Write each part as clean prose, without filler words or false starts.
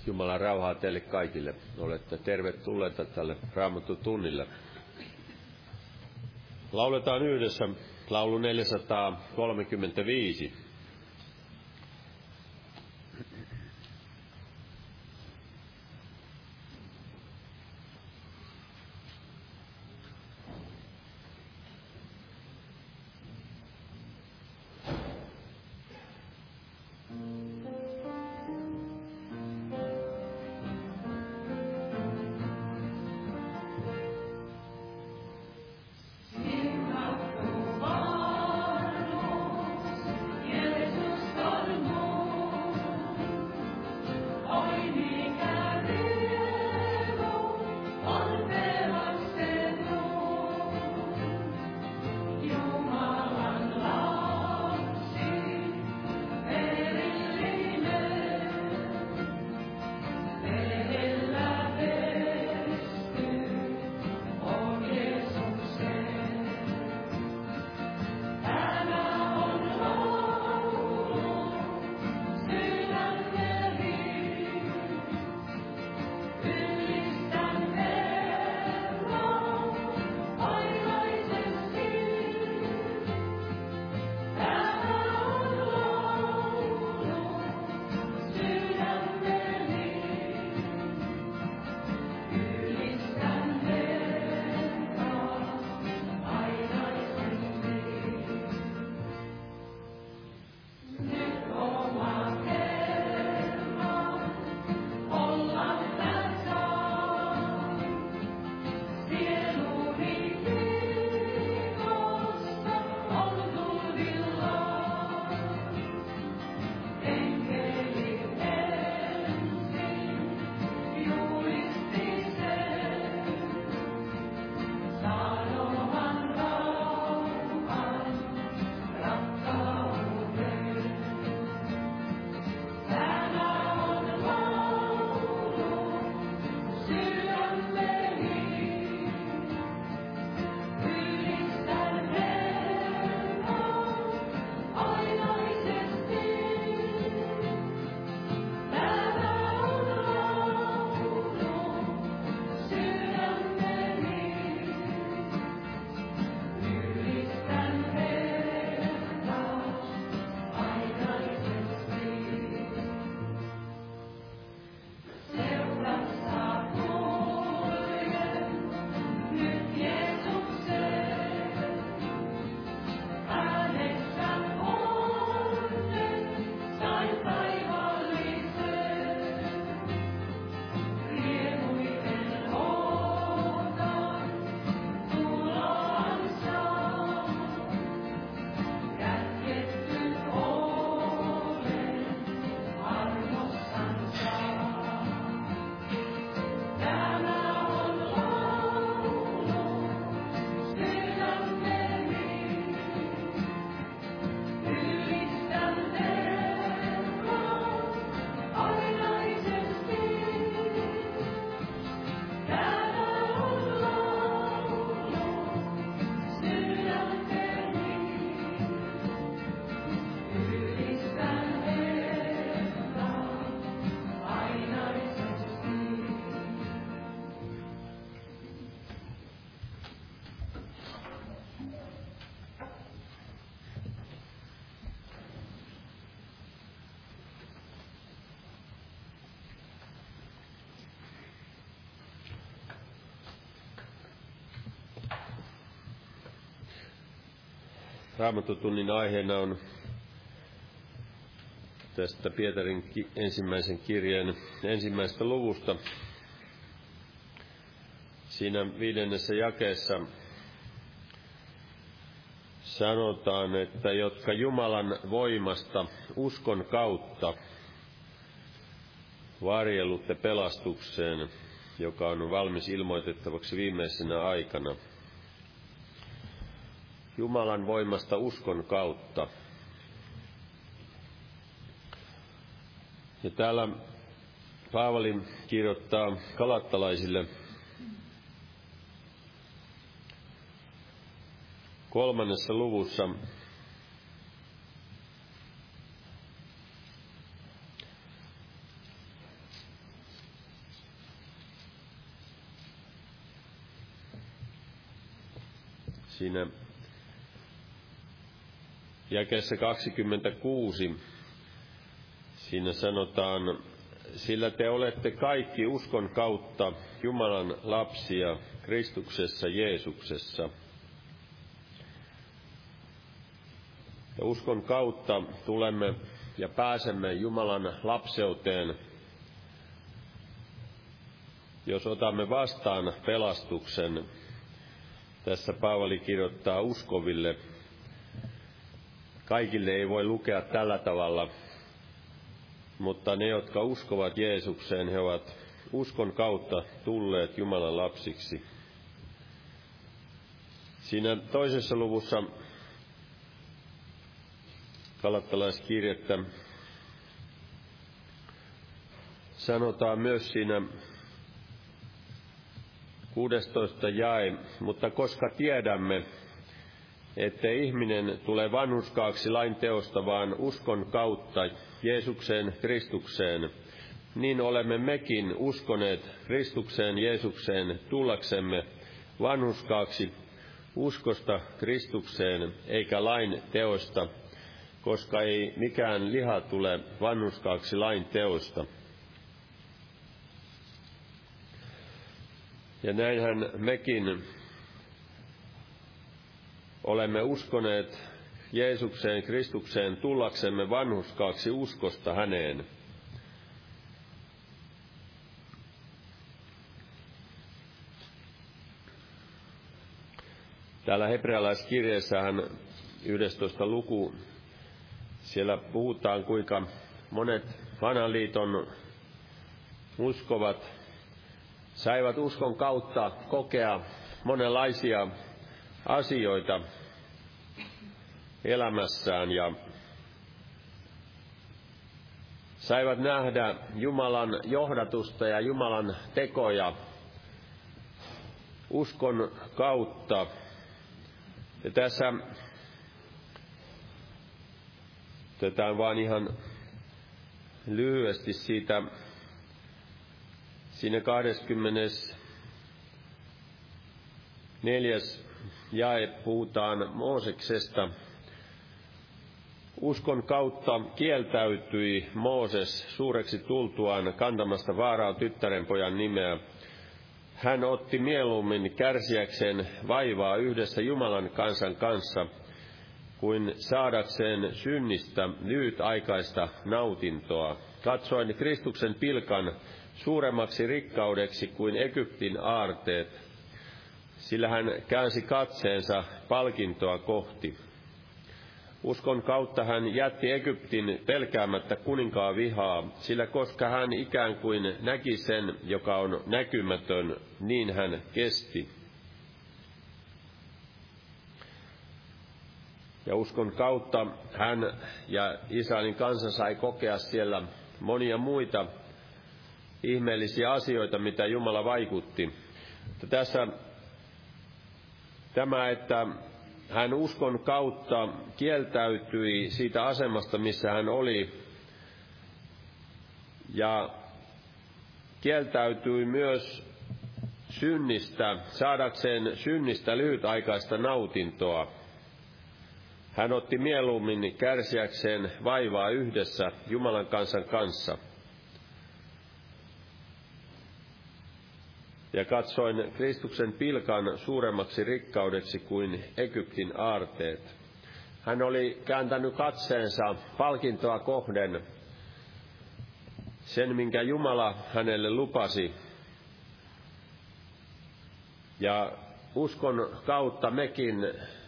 Jumalan rauhaa teille kaikille. Olette tervetulleita tälle Raamatun tunnille. Lauletaan yhdessä laulu 435. Raamattotunnin aiheena on tästä Pietarin ensimmäisen kirjeen ensimmäisestä luvusta. Siinä 5. jakeessa sanotaan, että jotka Jumalan voimasta uskon kautta varjelutte pelastukseen, joka on valmis ilmoitettavaksi viimeisenä aikana. Jumalan voimasta uskon kautta. Ja täällä Paavali kirjoittaa galattalaisille 3. luvussa siinä jakeessa 26, siinä sanotaan, sillä te olette kaikki uskon kautta Jumalan lapsia Kristuksessa Jeesuksessa. Ja uskon kautta tulemme ja pääsemme Jumalan lapseuteen, jos otamme vastaan pelastuksen. Tässä Paavali kirjoittaa uskoville. Kaikille ei voi lukea tällä tavalla, mutta ne, jotka uskovat Jeesukseen, he ovat uskon kautta tulleet Jumalan lapsiksi. Siinä toisessa luvussa Galattalaiskirjettä sanotaan myös siinä 16 jae, mutta koska tiedämme, ettei ihminen tule vanhurskaaksi lain teosta, vaan uskon kautta Jeesukseen Kristukseen, niin olemme mekin uskoneet Kristukseen Jeesukseen tullaksemme vanhurskaaksi uskosta Kristukseen eikä lain teosta, koska ei mikään liha tule vanhurskaaksi lain teosta. Ja näinhän mekin olemme uskoneet Jeesukseen Kristukseen tullaksemme vanhurskaaksi uskosta häneen. Täällä hebrealaiskirjeessähän 11. luku, siellä puhutaan, kuinka monet vanhan liiton uskovat saivat uskon kautta kokea monenlaisia asioita elämässään ja saivat nähdä Jumalan johdatusta ja Jumalan tekoja uskon kautta. Ja tässä otetaan vain ihan lyhyesti siitä, siinä 24. jae puhutaan Mooseksesta. Uskon kautta kieltäytyi Mooses suureksi tultuaan kantamasta Faaraon tyttärenpojan nimeä. Hän otti mieluummin kärsiäkseen vaivaa yhdessä Jumalan kansan kanssa, kuin saadakseen synnistä lyhytaikaista nautintoa. Katsoin Kristuksen pilkan suuremmaksi rikkaudeksi kuin Egyptin aarteet, sillä hän käänsi katseensa palkintoa kohti. Uskon kautta hän jätti Egyptin pelkäämättä kuninkaan vihaa, sillä koska hän ikään kuin näki sen, joka on näkymätön, niin hän kesti. Ja uskon kautta hän ja Israelin kansa sai kokea siellä monia muita ihmeellisiä asioita, mitä Jumala vaikutti. Tässä tämä, että hän uskon kautta kieltäytyi siitä asemasta, missä hän oli, ja kieltäytyi myös synnistä, saadakseen synnistä lyhytaikaista nautintoa. Hän otti mieluummin kärsiäkseen vaivaa yhdessä Jumalan kansan kanssa. Ja katsoin Kristuksen pilkan suuremmaksi rikkaudeksi kuin Egyptin aarteet. Hän oli kääntänyt katseensa palkintoa kohden, sen minkä Jumala hänelle lupasi. Ja uskon kautta mekin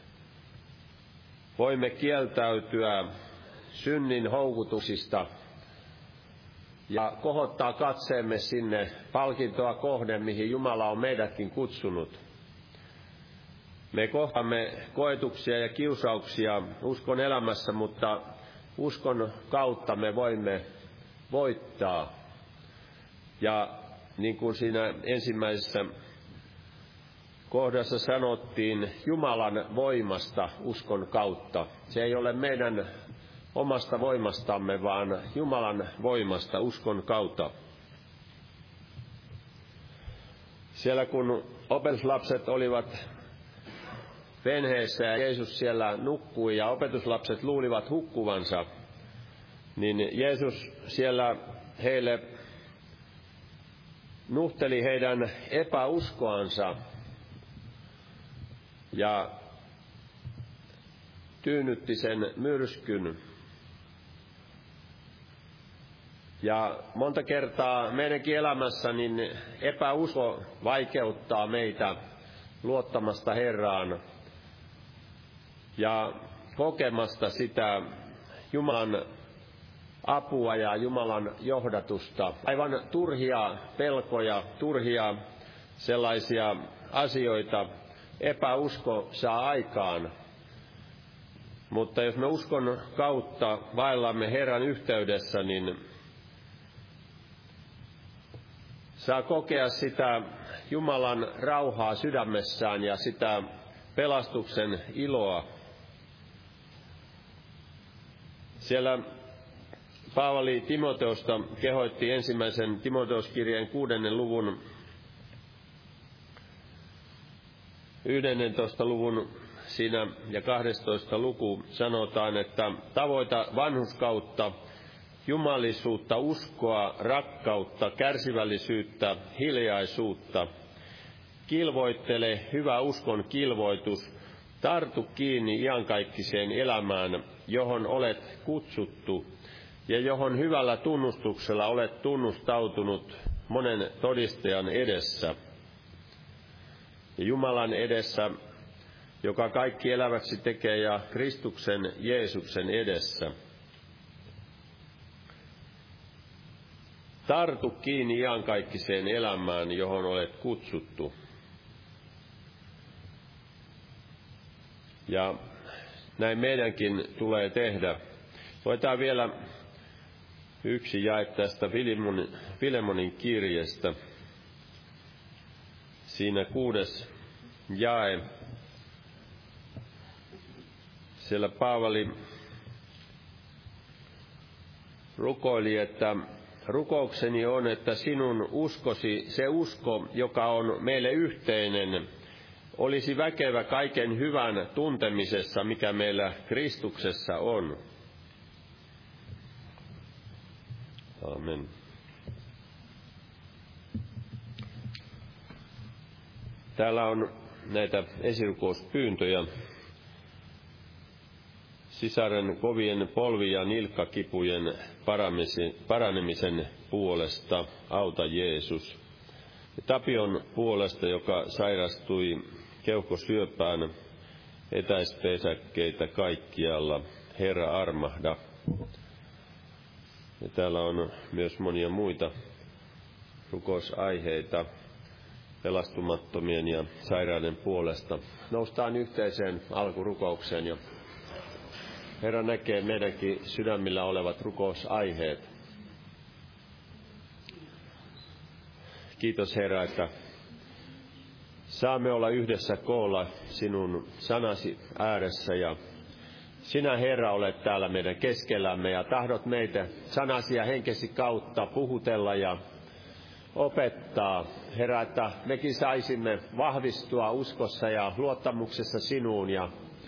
voimme kieltäytyä synnin houkutuksista ja kohottaa katseemme sinne palkintoa kohden, mihin Jumala on meidätkin kutsunut. Me kohtaamme koetuksia ja kiusauksia uskon elämässä, mutta uskon kautta me voimme voittaa. Ja niin kuin siinä ensimmäisessä kohdassa sanottiin, Jumalan voimasta uskon kautta. Se ei ole meidän omasta voimastamme, vaan Jumalan voimasta uskon kautta. Siellä kun opetuslapset olivat venheessä ja Jeesus siellä nukkui ja opetuslapset luulivat hukkuvansa, niin Jeesus siellä heille nuhteli heidän epäuskoansa ja tyynnytti sen myrskyn. Ja monta kertaa meidänkin elämässä niin epäusko vaikeuttaa meitä luottamasta Herraan ja kokemasta sitä Jumalan apua ja Jumalan johdatusta. Aivan turhia pelkoja, turhia sellaisia asioita epäusko saa aikaan. Mutta jos me uskon kautta vaellamme Herran yhteydessä, niin saa kokea sitä Jumalan rauhaa sydämessään ja sitä pelastuksen iloa. Siellä Paavali Timoteusta kehoitti ensimmäisen Timoteuskirjeen 6. luvun 11. luvun siinä ja 12. luku sanotaan, että tavoita vanhurskautta, jumalisuutta, uskoa, rakkautta, kärsivällisyyttä, hiljaisuutta. Kilvoittele hyvä uskon kilvoitus, tartu kiinni iankaikkiseen elämään, johon olet kutsuttu ja johon hyvällä tunnustuksella olet tunnustautunut monen todistajan edessä ja Jumalan edessä, joka kaikki eläväksi tekee, ja Kristuksen Jeesuksen edessä. Tartu kiinni iankaikkiseen elämään, johon olet kutsuttu. Ja näin meidänkin tulee tehdä. Luetaan vielä yksi jae tästä Filemonin kirjeestä. Siinä 6. jae. Siellä Paavali rukoili, että rukoukseni on, että sinun uskosi, se usko, joka on meille yhteinen, olisi väkevä kaiken hyvän tuntemisessa, mikä meillä Kristuksessa on. Amen. Täällä on näitä esirukouspyyntöjä. Sisaren kovien polvi- ja nilkkakipujen paranemisen puolesta auta Jeesus. Tapion puolesta, joka sairastui keuhkosyöpään, etäispesäkkeitä kaikkialla, Herra armahda. Ja täällä on myös monia muita rukousaiheita pelastumattomien ja sairaiden puolesta. Noustaan yhteiseen alkurukoukseen ja Herra näkee meidänkin sydämillä olevat rukousaiheet. Kiitos Herra, että saamme olla yhdessä koolla sinun sanasi ääressä ja sinä Herra olet täällä meidän keskellämme ja tahdot meitä sanasi ja henkesi kautta puhutella ja opettaa. Herra, että mekin saisimme vahvistua uskossa ja luottamuksessa sinuun ja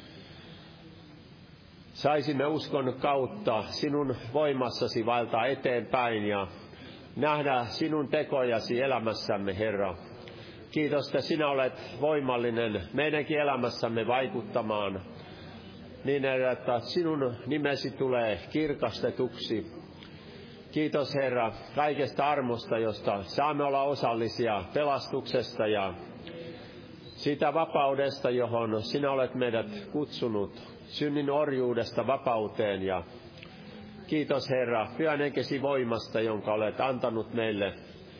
saisimme uskon kautta sinun voimassasi vaeltaa eteenpäin ja nähdä sinun tekojasi elämässämme, Herra. Kiitos, että sinä olet voimallinen meidänkin elämässämme vaikuttamaan niin, että sinun nimesi tulee kirkastetuksi. Kiitos, Herra, kaikesta armosta, josta saamme olla osallisia pelastuksesta ja siitä vapaudesta, johon sinä olet meidät kutsunut, synnin orjuudesta vapauteen. Ja kiitos, Herra, Pyhän Henkesi voimasta, jonka olet antanut meille.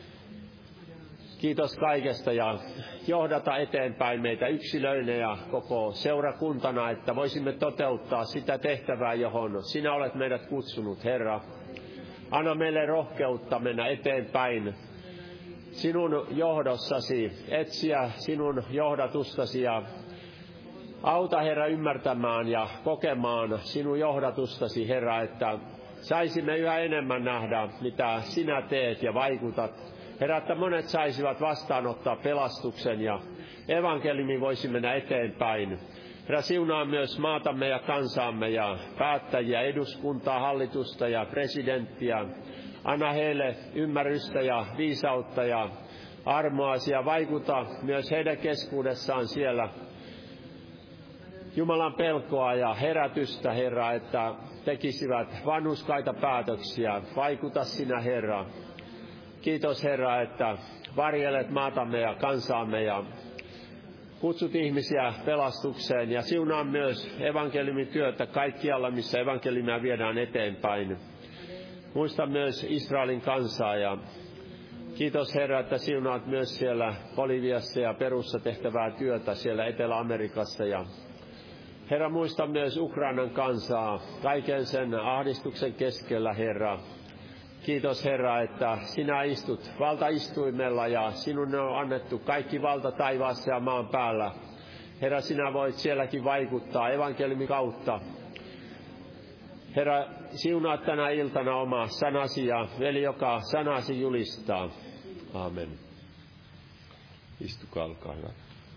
Kiitos kaikesta ja johdata eteenpäin meitä yksilöinä ja koko seurakuntana, että voisimme toteuttaa sitä tehtävää, johon sinä olet meidät kutsunut, Herra. Anna meille rohkeutta mennä eteenpäin sinun johdossasi, etsiä sinun johdatustasi ja auta, Herra, ymmärtämään ja kokemaan sinun johdatustasi, Herra, että saisimme yhä enemmän nähdä, mitä sinä teet ja vaikutat. Herra, että monet saisivat vastaanottaa pelastuksen ja evankeliumin voisi mennä eteenpäin. Herra, siunaa myös maatamme ja kansaamme ja päättäjiä, eduskuntaa, hallitusta ja presidenttiä. Anna heille ymmärrystä ja viisautta ja armoasi ja vaikuta myös heidän keskuudessaan siellä Jumalan pelkoa ja herätystä, Herra, että tekisivät vanhurskaita päätöksiä. Vaikuta sinä, Herra. Kiitos, Herra, että varjelet maatamme ja kansaamme ja kutsut ihmisiä pelastukseen ja siunaa myös evankeliumityötä kaikkialla, missä evankeliumia viedään eteenpäin. Muista myös Israelin kansaa ja kiitos, Herra, että siunaat myös siellä Boliviassa ja Perussa tehtävää työtä siellä Etelä-Amerikassa. Ja Herra, muista myös Ukrainan kansaa kaiken sen ahdistuksen keskellä, Herra. Kiitos, Herra, että sinä istut valtaistuimella ja sinun on annettu kaikki valta taivaassa ja maan päällä. Herra, sinä voit sielläkin vaikuttaa evankeliumin kautta. Herra, siunaa tänä iltana oma sanasi ja veli, joka sanasi julistaa. Aamen. Istukaa, olkaa hyvä.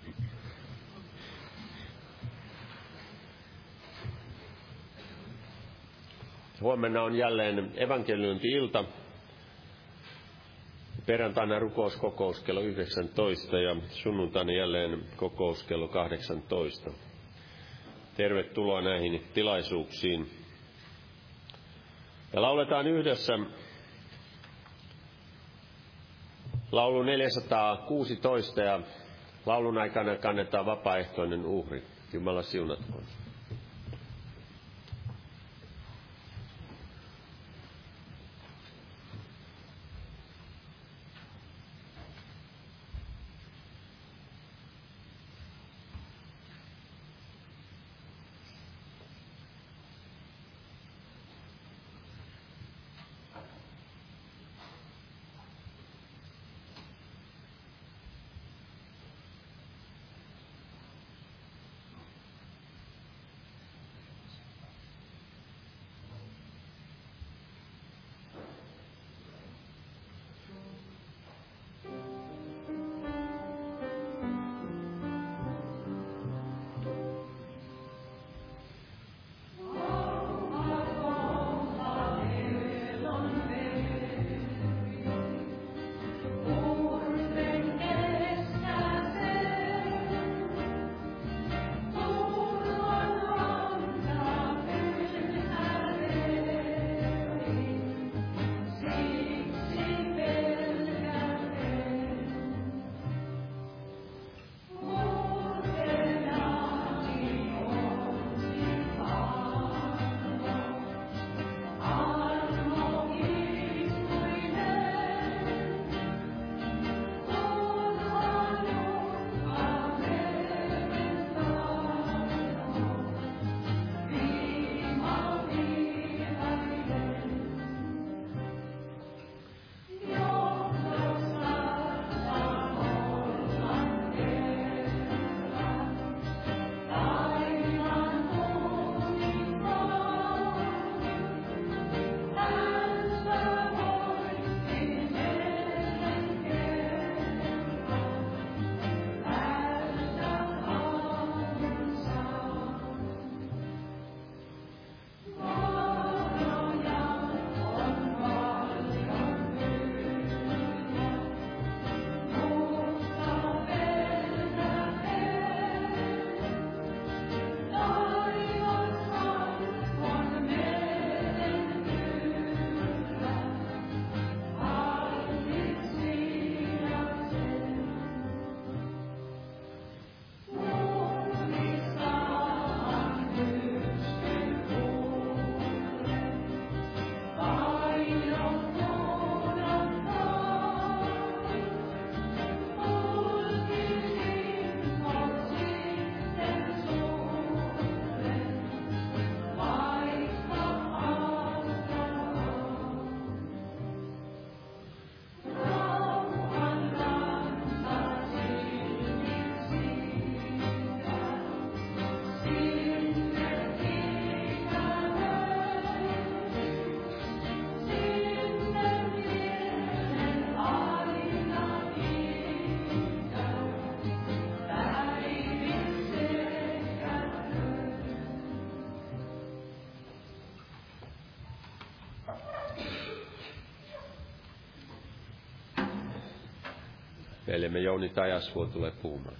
Huomenna on jälleen evankeliointi-ilta. Perjantaina rukouskokous kello 19 ja sunnuntaina jälleen kokous kello 18. Tervetuloa näihin tilaisuuksiin. Ja lauletaan yhdessä laulu 416 ja laulun aikana kannetaan vapaaehtoinen uhri. Jumala siunatkoon. veljemme Jouni Tajasvuo tulee puhumaan.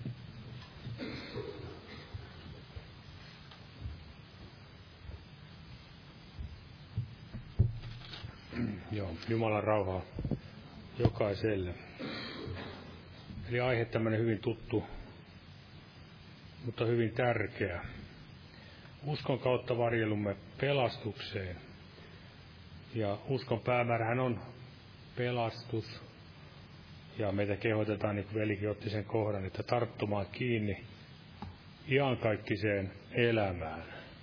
Joo, Jumalan rauhaa jokaiselle. Eli aihe tämmöinen hyvin tuttu, mutta hyvin tärkeä. Uskon kautta varjelumme pelastukseen. Ja uskon päämäärähän on pelastus. Ja meitä kehotetaan, niin kuin velikin otti sen kohdan, että tarttumaan kiinni iankaikkiseen elämään.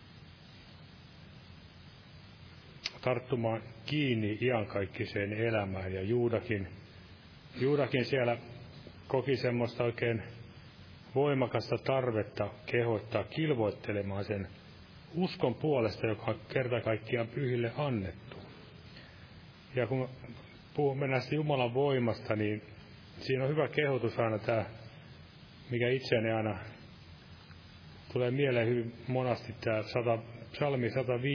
Tarttumaan kiinni iankaikkiseen elämään. Ja Juudakin siellä koki semmoista oikein voimakasta tarvetta kehottaa kilvoittelemaan sen uskon puolesta, joka on kerta kaikkiaan pyhille annettu. Ja kun puhumme näistä Jumalan voimasta, niin siinä on hyvä kehotus aina tämä, mikä itseäni aina tulee mieleen hyvin monasti, tämä psalmi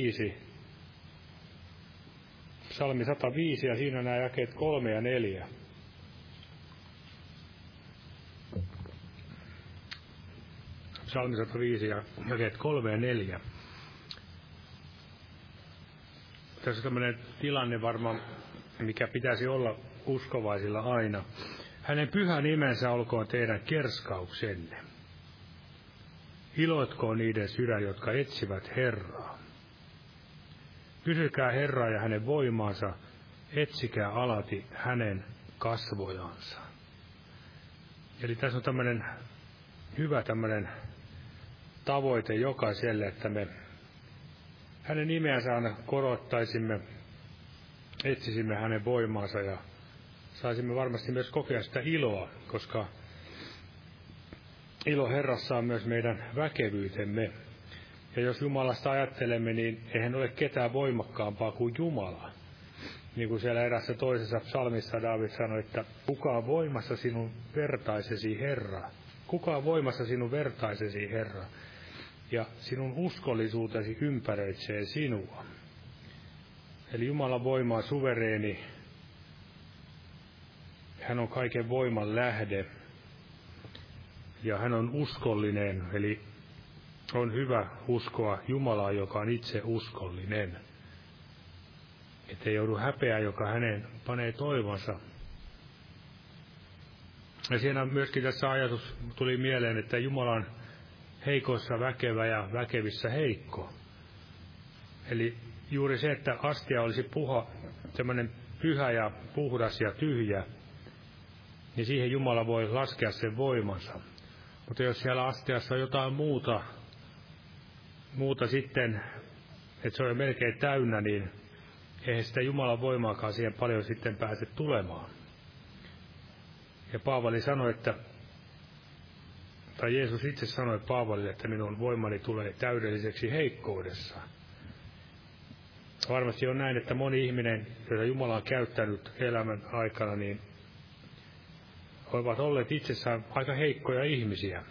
105, ja siinä nämä jakeet 3 ja 4. Psalmi 105 ja jakeet 3 ja 4. Tässä on tämmöinen tilanne varmaan, mikä pitäisi olla uskovaisilla aina. Hänen pyhä nimensä olkoon teidän kerskauksenne. Iloitkoon niiden sydän, jotka etsivät Herraa. Kysykää Herraa ja hänen voimaansa, etsikää alati hänen kasvojansa. Eli tässä on tämmöinen hyvä tämmöinen tavoite jokaiselle, että me hänen nimeänsä aina korottaisimme, etsisimme hänen voimaansa ja saisimme varmasti myös kokea sitä iloa, koska ilo Herrassa on myös meidän väkevyytemme. Ja jos Jumalasta ajattelemme, niin eihän ole ketään voimakkaampaa kuin Jumala. Niin kuin siellä erässä toisessa psalmissa Daavid sanoi, että kuka on voimassa sinun vertaisesi Herra? Kuka on voimassa sinun vertaisesi Herra? Ja sinun uskollisuutesi ympäröitsee sinua. Eli Jumalan voima on suvereeni. Hän on kaiken voiman lähde. Ja hän on uskollinen, eli on hyvä uskoa Jumalaa, joka on itse uskollinen. Ettei joudu häpeää, joka hänen panee toivonsa. Ja siinä myöskin tässä ajatus tuli mieleen, että Jumala on heikoissa väkevä ja väkevissä heikko. Eli juuri se, että astia olisi semmoinen pyhä ja puhdas ja tyhjä, niin siihen Jumala voi laskea sen voimansa. Mutta jos siellä astiassa on jotain muuta sitten, että se on jo melkein täynnä, niin eihän sitä Jumalan voimaakaan siihen paljon sitten pääse tulemaan. Ja Paavali sanoi, tai Jeesus itse sanoi Paavalille, että minun voimani tulee täydelliseksi heikkoudessa. Varmasti on näin, että moni ihminen, jota Jumala on käyttänyt elämän aikana, niin ovat olleet itsessään aika heikkoja ihmisiä.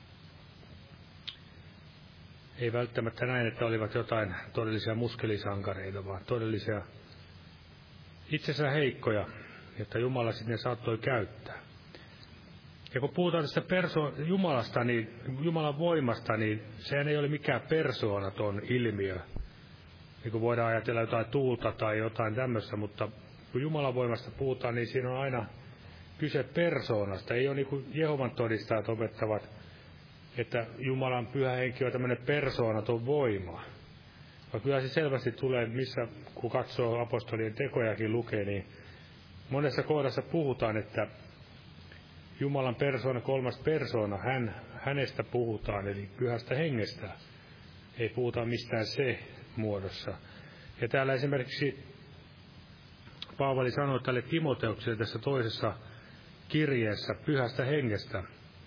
Ei välttämättä näin, että olivat jotain todellisia muskelisankareita, vaan todellisia itsessään heikkoja, jotta Jumala sitten saattoi käyttää. Ja kun puhutaan tästä Jumalasta, niin Jumalan voimasta, niin sehän ei ole mikään persoonaton ilmiö. Niin kuin voidaan ajatella jotain tuulta tai jotain tämmöistä, mutta kun Jumalan voimasta puhutaan, niin siinä on aina kyse persoonasta. Ei ole niin kuin Jehovan todistajat opettavat, että Jumalan pyhä henki on tämmöinen persoonaton voima. Vaan kyllä se selvästi tulee, missä kun katsoo apostolien tekojakin lukee, niin monessa kohdassa puhutaan, että Jumalan persoona, kolmas persoona, hänestä puhutaan, eli pyhästä hengestä. Ei puhuta mistään se muodossa. Ja täällä esimerkiksi Paavali sanoi tälle Timoteukselle tässä toisessa kirjeessä pyhästä hengestä.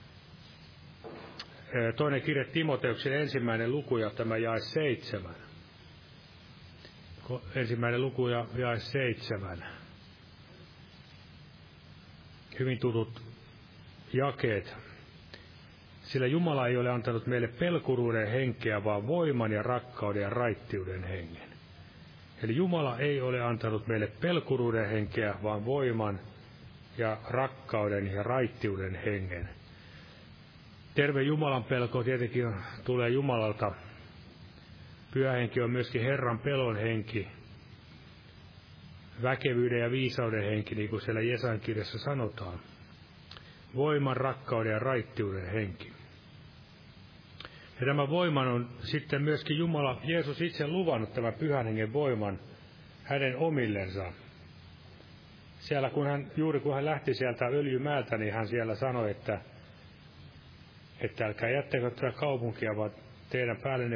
Toinen kirje Timoteukselle, 1. luku ja tämä jae 7. 1. luku ja jae 7. Hyvin tutut jakeet. Sillä Jumala ei ole antanut meille pelkuruuden henkeä, vaan voiman ja rakkauden ja raittiuden hengen. Eli Jumala ei ole antanut meille pelkuruuden henkeä, vaan voiman ja rakkauden ja raittiuden hengen. Terve Jumalan pelko tietenkin tulee Jumalalta. Pyhä henki on myöskin Herran pelon henki, väkevyyden ja viisauden henki, niin kuin siellä Jesajan kirjassa sanotaan. Voiman, rakkauden ja raittiuden henki. Ja tämä voiman on sitten myöskin Jumala, Jeesus itse luvannut tämän pyhän hengen voiman hänen omillensa. Siellä juuri kun hän lähti sieltä Öljymäeltä, niin hän siellä sanoi, että älkää jättäkö tätä kaupunkia, vaan teidän päällenne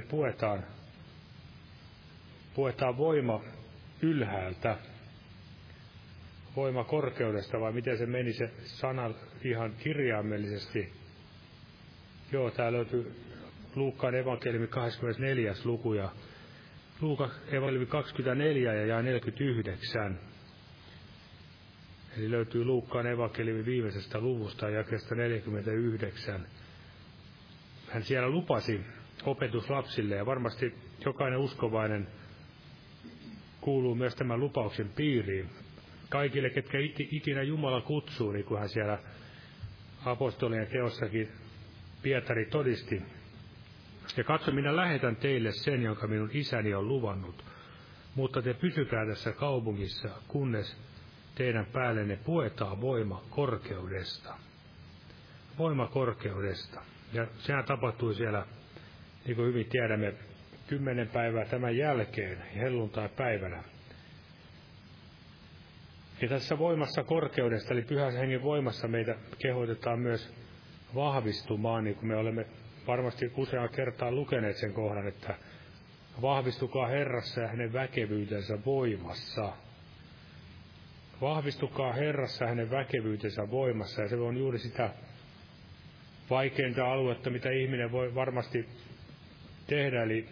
puetaan voima ylhäältä. Voima korkeudesta, vai miten se meni se sana ihan kirjaimellisesti. Joo, tää löytyy Luukkaan evankeliumi 24. luku ja Luukan evankeliumi 24 ja 49. Eli löytyy Luukkaan evankeliumi viimeisestä luvusta jakeesta 49. Hän siellä lupasi opetuslapsille, ja varmasti jokainen uskovainen kuuluu myös tämän lupauksen piiriin. Kaikille, ketkä ikinä Jumala kutsuu, niin kuin hän siellä apostolien teossakin Pietari todisti. Ja katso, minä lähetän teille sen, jonka minun isäni on luvannut, mutta te pysykää tässä kaupungissa, kunnes teidän päällenne puetaan voima korkeudesta. Voima korkeudesta. Ja sehän tapahtui siellä, niin kuin hyvin tiedämme, 10 päivää tämän jälkeen, helluntai-päivänä. Ja tässä voimassa korkeudesta, eli pyhän hengen voimassa meitä kehotetaan myös vahvistumaan, niin kuin me olemme varmasti useaan kertaan lukeneet sen kohdan, että vahvistukaa Herrassa ja hänen väkevyytensä voimassa. Vahvistukaa Herrassa ja hänen väkevyytensä voimassa, ja se on juuri sitä vaikeinta aluetta, mitä ihminen voi varmasti tehdä, eli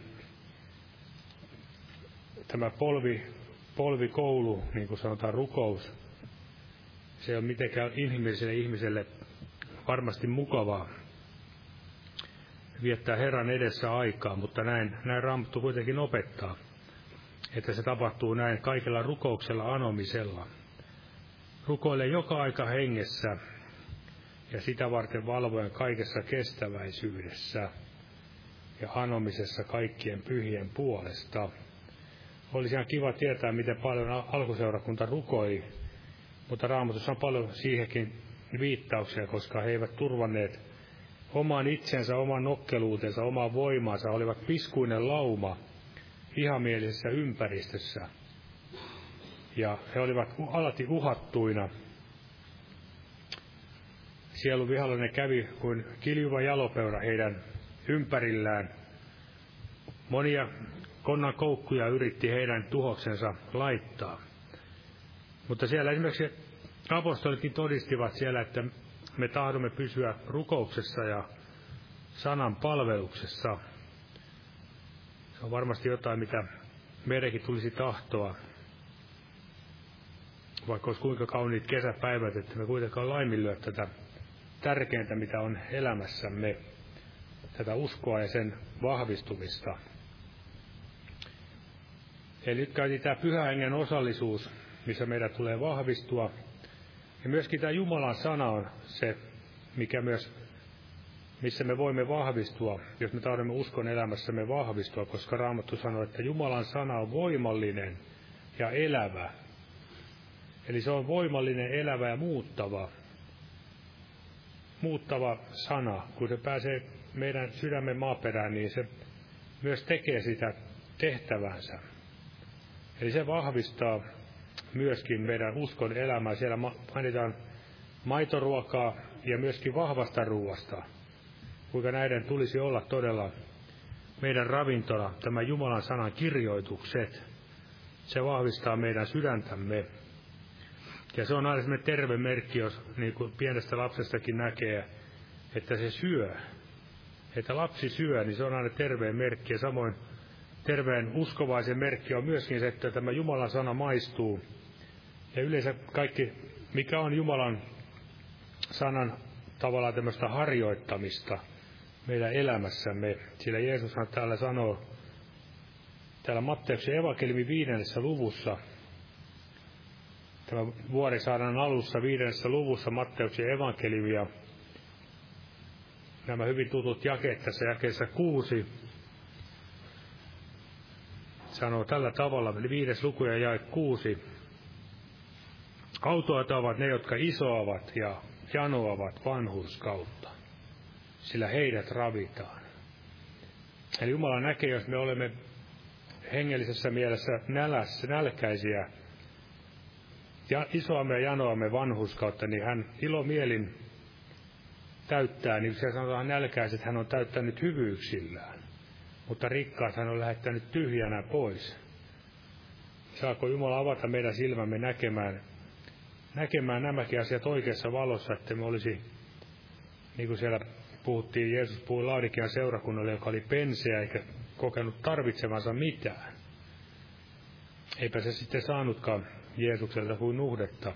tämä polvikoulu, niin kuin sanotaan, rukous. Se ei ole mitenkään inhimilliselle ihmiselle varmasti mukavaa viettää Herran edessä aikaa, mutta näin Raamattu kuitenkin opettaa, että se tapahtuu näin kaikella rukouksella, anomisella. Rukoile joka aika hengessä ja sitä varten valvoen kaikessa kestäväisyydessä ja anomisessa kaikkien pyhien puolesta. Olisi ihan kiva tietää, miten paljon alkuseurakunta rukoili, mutta Raamatussa on paljon siihenkin viittauksia, koska he eivät turvanneet oman itsensä, oman nokkeluutensa, omaa voimaansa, olivat piskuinen lauma vihamielisessä ympäristössä. Ja he olivat alati uhattuina. Sielun vihollinen kävi kuin kiljuva jalopeura heidän ympärillään. Monia konnan koukkuja yritti heidän tuhoksensa laittaa. Mutta siellä esimerkiksi apostolitkin todistivat siellä, että me tahdomme pysyä rukouksessa ja sanan palveluksessa. Se on varmasti jotain, mitä meidänkin tulisi tahtoa. Vaikka olisi kuinka kauniit kesäpäivät, että me kuitenkaan laiminlyö tätä tärkeintä, mitä on elämässämme, tätä uskoa ja sen vahvistumista. Eli nyt käytiin tämä pyhän hengen osallisuus, missä meidän tulee vahvistua. Ja myöskin tämä Jumalan sana on se, missä me voimme vahvistua, jos me tahdomme uskon elämässämme vahvistua, koska Raamattu sanoo, että Jumalan sana on voimallinen ja elävä. Eli se on voimallinen, elävä ja muuttava sana. Kun se pääsee meidän sydämen maaperään, niin se myös tekee sitä tehtävänsä. Eli se vahvistaa myöskin meidän uskon elämää. Siellä mainitaan maitoruokaa ja myöskin vahvasta ruuasta. Kuinka näiden tulisi olla todella meidän ravintona, tämä Jumalan sanan kirjoitukset. Se vahvistaa meidän sydäntämme. Ja se on aina sellainen terve merkki, jos niin kuin pienestä lapsestakin näkee, että se syö. Että lapsi syö, niin se on aina terveen merkki. Ja samoin terveen uskovaisen merkki on myöskin se, että tämä Jumalan sana maistuu. Ja yleensä kaikki, mikä on Jumalan sanan tavallaan tämmöistä harjoittamista meidän elämässämme. Sillä Jeesushan täällä sanoo, täällä Matteuksen evankeliumin 5. luvussa, tämä vuorisaarnan alussa 5. luvussa Matteuksen evankeliumia. Nämä hyvin tutut jakeet tässä jakeessa 6 sanoo tällä tavalla, 5. luku ja jae 6. Autoat ovat ne, jotka isoavat ja janoavat vanhurskautta, sillä heidät ravitaan. Eli Jumala näkee, jos me olemme hengellisessä mielessä nälkäisiä ja isoamme ja janoamme vanhurskautta, niin hän ilomielin täyttää, niin se sanotaan nälkäiset, hän on täyttänyt hyvyyksillään, mutta rikkaat hän on lähettänyt tyhjänä pois. Saako Jumala avata meidän silmämme näkemään nämäkin asiat oikeassa valossa, että me olisi, niin kuin siellä puhuttiin, Jeesus puhui Laodikian seurakunnalle, joka oli penseä eikä kokenut tarvitsevansa mitään. Eipä se sitten saanutkaan Jeesukselta kuin nuhdetta.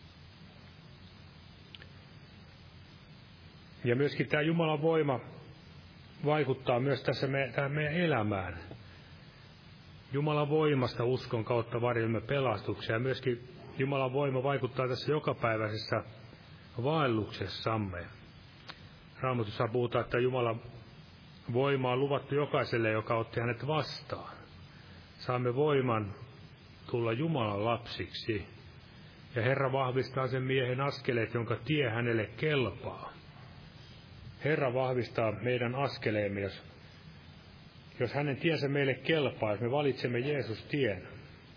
Ja myöskin tämä Jumalan voima vaikuttaa myös tässä tähän meidän elämään. Jumalan voimasta uskon kautta varjelemme pelastuksia. Ja myöskin Jumalan voima vaikuttaa tässä jokapäiväisessä vaelluksessamme. Raamatussa puhutaan, että Jumalan voima on luvattu jokaiselle, joka otti hänet vastaan. Saamme voiman tulla Jumalan lapsiksi. Ja Herra vahvistaa sen miehen askeleet, jonka tie hänelle kelpaa. Herra vahvistaa meidän askeleemme, jos hänen tiensä meille kelpaa, jos me valitsemme Jeesus-tien.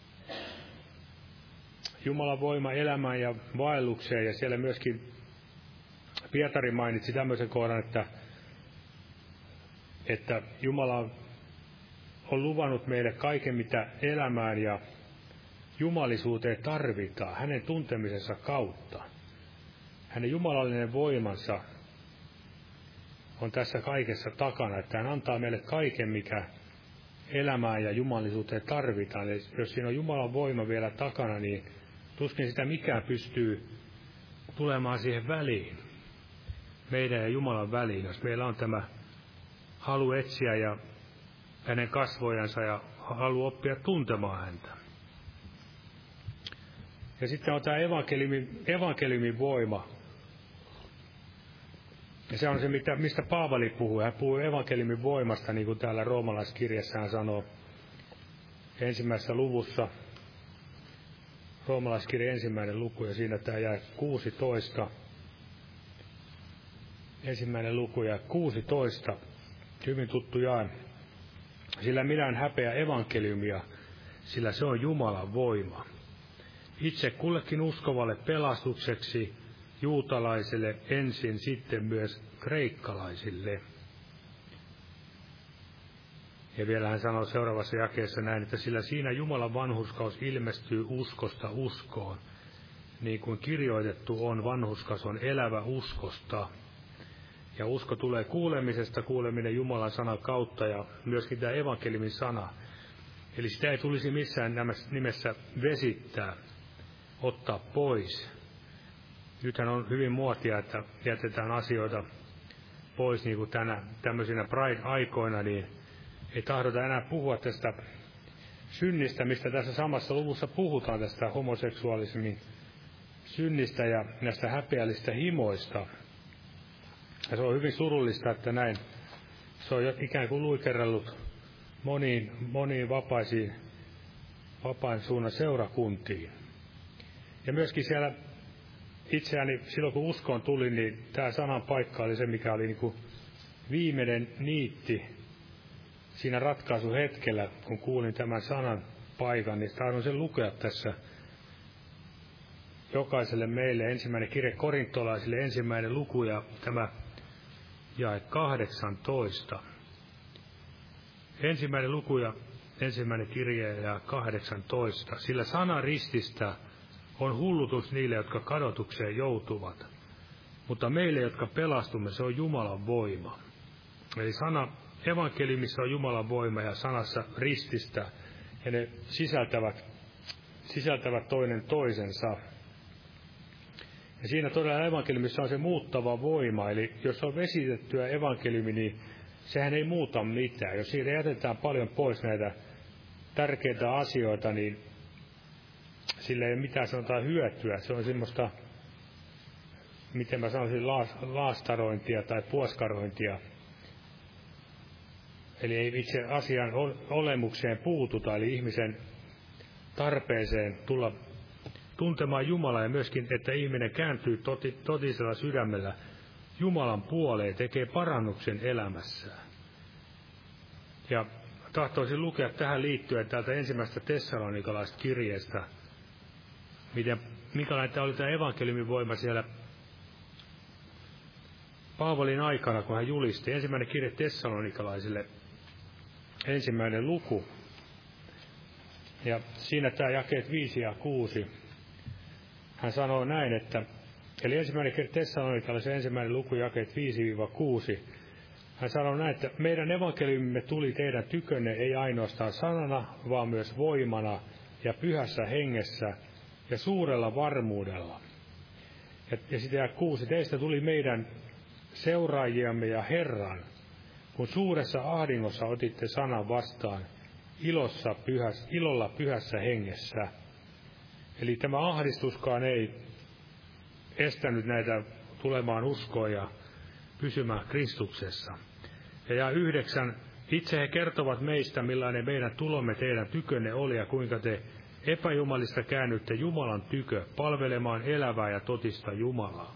Jumalan voima elämään ja vaellukseen, ja siellä myöskin Pietari mainitsi tämmöisen kohdan, että Jumala on luvannut meille kaiken, mitä elämään ja jumalisuuteen tarvitaan, hänen tuntemisensa kautta. Hänen jumalallinen voimansa on tässä kaikessa takana, että hän antaa meille kaiken, mikä elämään ja jumalisuuteen tarvitaan. Eli jos siinä on Jumalan voima vielä takana, niin tuskin sitä mikään pystyy tulemaan siihen väliin, meidän ja Jumalan väliin, jos meillä on tämä halu etsiä ja hänen kasvojansa ja halu oppia tuntemaan häntä. Ja sitten on tämä evankeliumin voima. Ja se on se, mistä Paavali puhuu. Hän puhuu evankeliumin voimasta, niin kuin täällä roomalaiskirjassa hän sanoo 1. luvussa. Roomalaiskirja 1. luku, ja siinä tämä jae 16. 1. luku ja 16. Hyvin tuttu jae. Sillä minä en häpeä evankeliumia, sillä se on Jumalan voima. Itse kullekin uskovalle pelastukseksi, juutalaisille ensin, sitten myös kreikkalaisille. Ja vielä hän sanoo seuraavassa jakeessa näin, että sillä siinä Jumalan vanhurskaus ilmestyy uskosta uskoon, niin kuin kirjoitettu on, vanhurskas on elävä uskosta. Ja usko tulee kuulemisesta, kuuleminen Jumalan sanan kautta ja myöskin tämä evankeliumin sana. Eli sitä ei tulisi missään nimessä vesittää, ottaa pois. Nythän on hyvin muotia, että jätetään asioita pois, niin kuin tämmöisinä Pride-aikoina, niin ei tahdota enää puhua tästä synnistä, mistä tässä samassa luvussa puhutaan, tästä homoseksuaalismin synnistä ja näistä häpeällistä himoista. Ja se on hyvin surullista, että näin se on ikään kuin luikerrellut moniin vapaan suunnan seurakuntiin. Ja myöskin siellä itseäni silloin kun uskoon tuli, niin tämä sanan paikka oli se, mikä oli niin kuin viimeinen niitti siinä ratkaisuhetkellä, kun kuulin tämän sanan paikan, niin tahdon sen lukea tässä jokaiselle meille. Ensimmäinen kirje korintolaisille, 1. luku ja tämä jae 18. 1. luku ja 1. kirje ja 18. Sillä sana rististä on hullutus niille, jotka kadotukseen joutuvat, mutta meille, jotka pelastumme, se on Jumalan voima. Eli sana evankeliumissa on Jumalan voima ja sanassa rististä, ja ne sisältävät toinen toisensa. Ja siinä todella evankeliumissa on se muuttava voima, eli jos on vesitettyä evankeliumi, niin sehän ei muuta mitään. Jos siitä jätetään paljon pois näitä tärkeitä asioita, niin sillä ei ole mitään sanotaan hyötyä. Se on semmoista, miten mä sanoisin, laastarointia tai puoskarointia. Eli ei itse asian olemukseen puututa, eli ihmisen tarpeeseen tulla tuntemaan Jumalaa ja myöskin, että ihminen kääntyy totisella sydämellä Jumalan puoleen, tekee parannuksen elämässään. Ja tahtoisin lukea tähän liittyen täältä ensimmäisestä Tessalonikalaisesta kirjeestä, minkälainen tämä oli tämä evankeliumin voima siellä Paavalin aikana, kun hän julisti. Ensimmäinen kirje Tessalonikalaisille, 1. luku. Ja siinä tämä jakeet 5 ja 6. Hän sanoo näin, että, eli ensimmäinen kirje Tessalonikalaisille 1. luku, jakeet 5-6. Hän sanoo näin, että meidän evankeliumimme tuli teidän tykönne ei ainoastaan sanana, vaan myös voimana ja pyhässä hengessä ja suurella varmuudella. Ja sitten 6. Teistä tuli meidän seuraajiamme ja Herran, kun suuressa ahdingossa otitte sanan vastaan ilolla pyhässä hengessä. Eli tämä ahdistuskaan ei estänyt näitä tulemaan uskoon ja pysymään Kristuksessa. Ja 9. Itse he kertovat meistä, millainen meidän tulomme teidän tykönne oli ja kuinka te epäjumalista käännytte Jumalan tykö palvelemaan elävää ja totista Jumalaa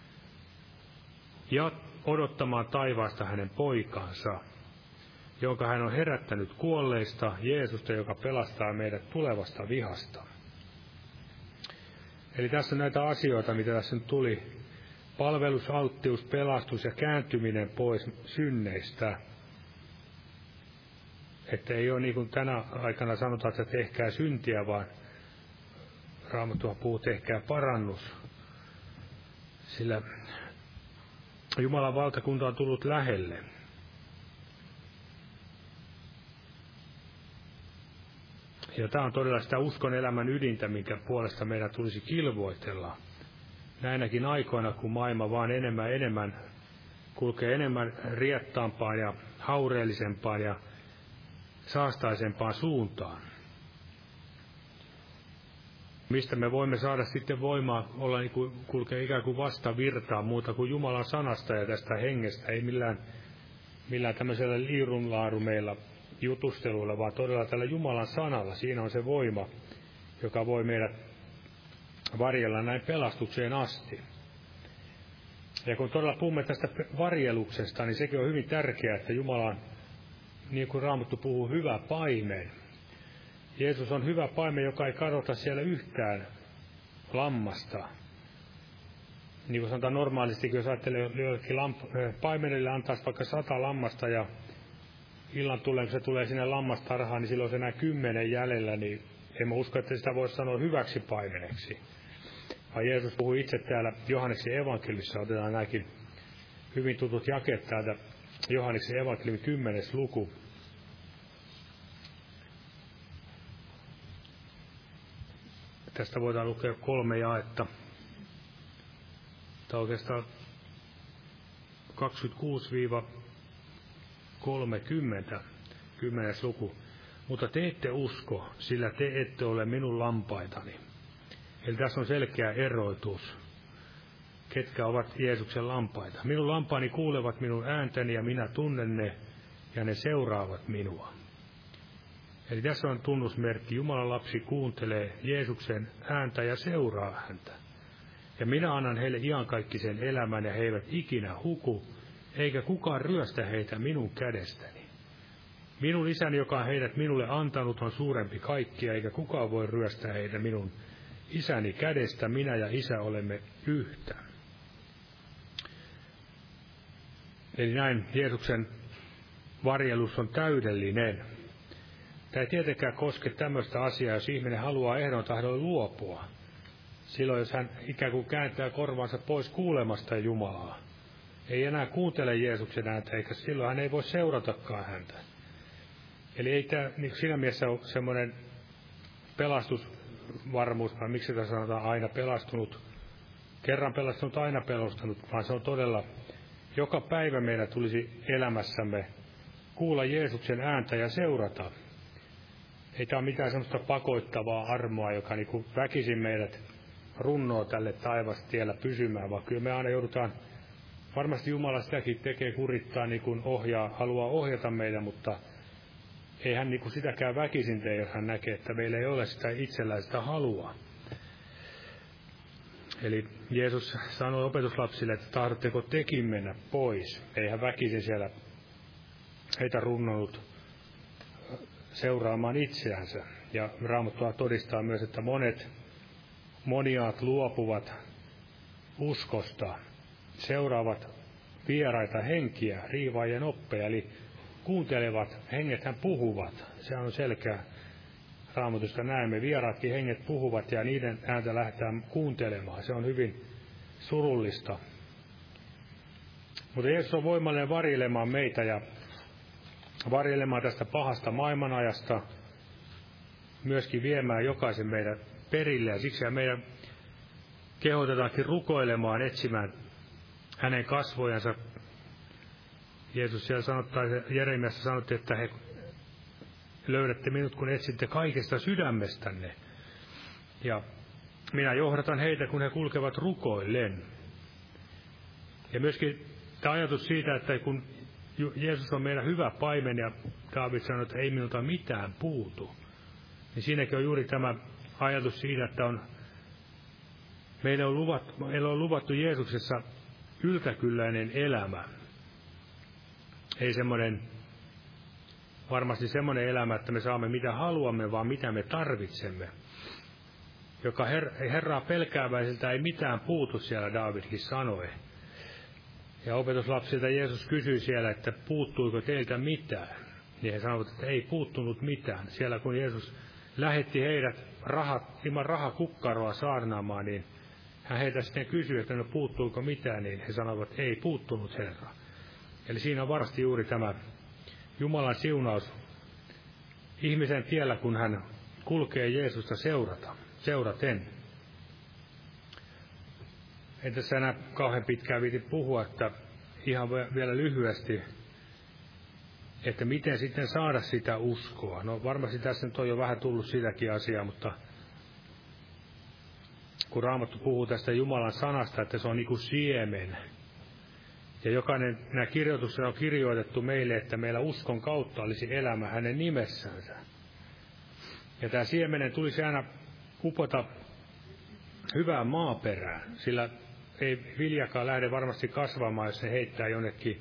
ja odottamaan taivaasta hänen poikansa, jonka hän on herättänyt kuolleista, Jeesusta, joka pelastaa meidät tulevasta vihasta. Eli tässä on näitä asioita, mitä tässä nyt tuli. Palvelus, alttius, pelastus ja kääntyminen pois synneistä. Että ei ole niin kuin tänä aikana sanotaan, että tehkää syntiä, vaan Raamattua puhuu, tehkää parannus. Sillä Jumalan valtakunta on tullut lähelle. Ja tämä on todella sitä uskon elämän ydintä, minkä puolesta meidän tulisi kilvoitella. Näinäkin aikoina, kun maailma vaan enemmän kulkee enemmän riettaampaan ja haureellisempaan ja saastaisempaan suuntaan. Mistä me voimme saada sitten voimaa olla niin kuin kulkee ikään kuin vastavirtaan muuta kuin Jumalan sanasta ja tästä hengestä. Ei millään tämmöisellä liirunlaarumeilla jutusteluilla, vaan todella tällä Jumalan sanalla. Siinä on se voima, joka voi meidät varjella näin pelastukseen asti. Ja kun todella puhumme tästä varjeluksesta, niin sekin on hyvin tärkeää, että Jumala on, niin kuin Raamattu puhuu, hyvä paimen. Jeesus on hyvä paimen, joka ei kadota siellä yhtään lammasta. Niin kuin sanotaan normaalisti, jos ajattelee jollekin paimenelle antaisi vaikka 100 lammasta ja illan tulleen, kun se tulee sinne lammastarhaan, niin silloin se enää 10 jäljellä, niin en mä usko, että sitä voisi sanoa hyväksi paimeneksi. Vaan Jeesus puhui itse täällä Johanneksen evankeliumissa, otetaan nämäkin hyvin tutut jakeet täältä Johanneksen evankeliumin 10. luku. Tästä voidaan lukea 3 jaetta. Tämä on oikeastaan 26-30, 10. luku. Mutta te ette usko, sillä te ette ole minun lampaitani. Eli tässä on selkeä erotus, ketkä ovat Jeesuksen lampaita. Minun lampaani kuulevat minun ääntäni ja minä tunnen ne ja ne seuraavat minua. Eli tässä on tunnusmerkki. Jumalan lapsi kuuntelee Jeesuksen ääntä ja seuraa häntä. Ja minä annan heille iankaikkisen elämän ja he eivät ikinä huku, eikä kukaan ryöstä heitä minun kädestäni. Minun isäni, joka on heidät minulle antanut, on suurempi kaikkia, eikä kukaan voi ryöstää heitä minun isäni kädestä. Minä ja isä olemme yhtä. Eli näin Jeesuksen varjelus on täydellinen. Tämä ei tietenkään koske tämmöistä asiaa, jos ihminen haluaa ehdon tahdon luopua. Silloin, jos hän ikään kuin kääntää korvansa pois kuulemasta Jumalaa. Ei enää kuuntele Jeesuksen ääntä, eikä silloin hän ei voi seuratakaan häntä. Eli ei tämä niin siinä mielessä ole semmoinen pelastusvarmuus, vaan miksi sitä sanotaan aina pelastunut, kerran pelastunut, aina pelastunut, vaan se on todella, joka päivä meidän tulisi elämässämme kuulla Jeesuksen ääntä ja seurata. Ei tämä ole mitään semmoista pakoittavaa armoa, joka niin kuin väkisin meidät runnoo tälle taivastiellä pysymään, vaan kyllä me aina joudutaan, varmasti Jumala sitäkin tekee, kurittaa, niin kuin haluaa ohjata meitä, mutta ei hän niin kuin sitäkään väkisin tee, jos hän näkee, että meillä ei ole sitä itsellään sitä halua. Eli Jeesus sanoi opetuslapsille, että tahdotteko tekin mennä pois. Ei hän väkisin siellä heitä runnonut seuraamaan itseänsä. Ja Raamattua todistaa myös, että moniaat luopuvat uskosta, seuraavat vieraita henkiä, riivaajien oppeja, eli kuuntelevat, hengethän puhuvat. Se on selkeä. Raamatusta näemme, vieraatkin henget puhuvat ja niiden ääntä lähdetään kuuntelemaan. Se on hyvin surullista. Mutta Jeesus on voimallinen varjelemaan meitä ja varjelemaan tästä pahasta maailmanajasta, myöskin viemään jokaisen meidän perille. Ja siksi meidän kehotetaankin rukoilemaan, etsimään hänen kasvojansa. Jeesus siellä Jeremiassa sanottiin, että he löydätte minut, kun etsitte kaikesta sydämestänne. Ja minä johdatan heitä, kun he kulkevat rukoillen. Ja myöskin tämä ajatus siitä, että kun Jeesus on meidän hyvä paimen ja Daavid sanoi, että ei minulta mitään puutu, niin siinäkin on juuri tämä ajatus siitä, että meillä on luvattu Jeesuksessa yltäkylläinen elämä. Ei varmasti semmoinen elämä, että me saamme mitä haluamme, vaan mitä me tarvitsemme. Joka Herraa pelkääväisiltä ei mitään puutu, siellä Daavidkin sanoi. Ja opetuslapsilta Jeesus kysyi siellä, että puuttuiko teiltä mitään. Niin he sanoivat, että ei puuttunut mitään. Siellä kun Jeesus lähetti heidät ilman rahakukkaroa saarnaamaan, niin hän heitä sitten kysyi, että no puuttuiko mitään, niin he sanoivat, että ei puuttunut Herra. Eli siinä on varmasti juuri tämä Jumalan siunaus ihmisen tiellä, kun hän kulkee Jeesusta seuraten. En tässä enää kauhean pitkään viiti puhua, että ihan vielä lyhyesti, että miten sitten saada sitä uskoa. No varmasti tässä nyt on jo vähän tullut sitäkin asiaa, mutta kun Raamattu puhuu tästä Jumalan sanasta, että se on niin kuin siemen. Ja jokainen nämä kirjoitukset on kirjoitettu meille, että meillä uskon kautta olisi elämä hänen nimessänsä. Ja tämä siemenen tulisi aina upota hyvään maaperään, sillä ei viljakaan lähde varmasti kasvamaan, jos se heittää jonnekin